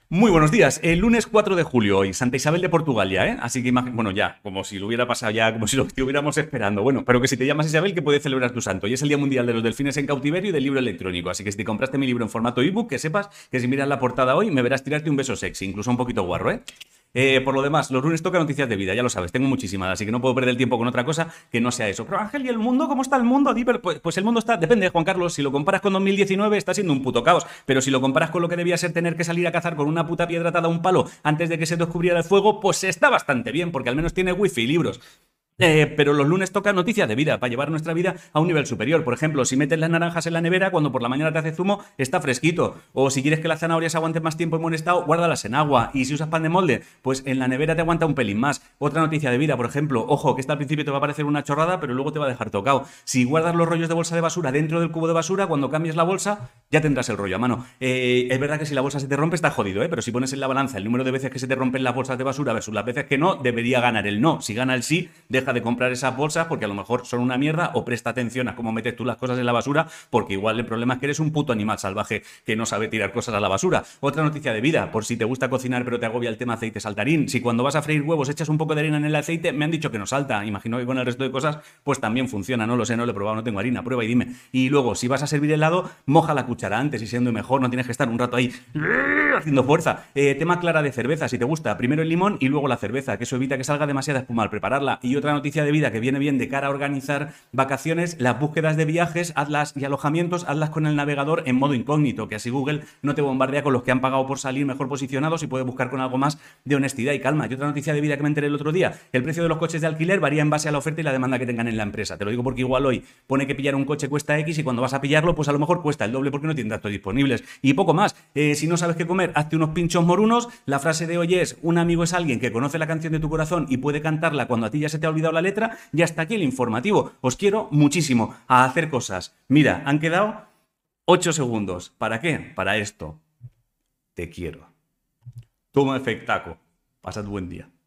Muy buenos días. El lunes 4 de julio hoy, Santa Isabel de Portugalia, ¿eh? Así que, bueno, ya, como si lo hubiera pasado ya, como si lo estuviéramos esperando. Bueno, pero que si te llamas Isabel, que puedes celebrar tu santo. Y es el Día Mundial de los Delfines en Cautiverio y del Libro Electrónico. Así que si te compraste mi libro en formato ebook, que sepas que si miras la portada hoy, me verás tirarte un beso sexy, incluso un poquito guarro, ¿eh? Por lo demás, los lunes toca noticias de vida, ya lo sabes, tengo muchísimas, así que no puedo perder el tiempo con otra cosa que no sea eso. Pero Ángel, ¿y el mundo? ¿Cómo está el mundo? Pues el mundo está, depende, Juan Carlos, si lo comparas con 2019 está siendo un puto caos, pero si lo comparas con lo que debía ser tener que salir a cazar con una puta piedra atada a un palo antes de que se descubriera el fuego, pues está bastante bien, porque al menos tiene wifi y libros. Pero los lunes toca noticias de vida, para llevar nuestra vida a un nivel superior. Por ejemplo, si metes las naranjas en la nevera, cuando por la mañana te hace zumo, está fresquito. O si quieres que las zanahorias aguanten más tiempo en buen estado, guárdalas en agua. Y si usas pan de molde, pues en la nevera te aguanta un pelín más. Otra noticia de vida, por ejemplo, ojo, que esta al principio te va a parecer una chorrada, pero luego te va a dejar tocado. Si guardas los rollos de bolsa de basura dentro del cubo de basura, cuando cambies la bolsa, ya tendrás el rollo a mano. Es verdad que si la bolsa se te rompe, está jodido, pero si pones en la balanza el número de veces que se te rompen las bolsas de basura versus las veces que no, debería ganar el no. Si gana el sí, deja de comprar esas bolsas porque a lo mejor son una mierda, o presta atención a cómo metes tú las cosas en la basura, porque igual el problema es que eres un puto animal salvaje que no sabe tirar cosas a la basura. Otra noticia de vida, por si te gusta cocinar pero te agobia el tema aceite saltarín, si cuando vas a freír huevos echas un poco de harina en el aceite, me han dicho que no salta, imagino que con el resto de cosas pues también funciona, no lo sé, no lo he probado, no tengo harina, prueba y dime. Y luego, si vas a servir helado, moja la cuchara antes y siendo mejor, no tienes que estar un rato ahí haciendo fuerza. Tema clara de cerveza, si te gusta, primero el limón y luego la cerveza, que eso evita que salga demasiada espuma al prepararla. Y otra noticia de vida que viene bien de cara a organizar vacaciones, las búsquedas de viajes, hazlas y alojamientos, hazlas con el navegador en modo incógnito, que así Google no te bombardea con los que han pagado por salir mejor posicionados y puedes buscar con algo más de honestidad y calma. Y otra noticia de vida que me enteré el otro día, el precio de los coches de alquiler varía en base a la oferta y la demanda que tengan en la empresa. Te lo digo porque igual hoy pone que pillar un coche cuesta X y cuando vas a pillarlo, pues a lo mejor cuesta el doble porque no tienes datos disponibles. Y poco más. Si no sabes qué comer, hazte unos pinchos morunos. La frase de hoy es: un amigo es alguien que conoce la canción de tu corazón y puede cantarla cuando a ti ya se te ha olvidado la letra. Y hasta aquí el informativo. Os quiero muchísimo a hacer cosas. Mira, han quedado 8 segundos. ¿Para qué? Para esto. Te quiero. Toma efectaco. Pasad buen día.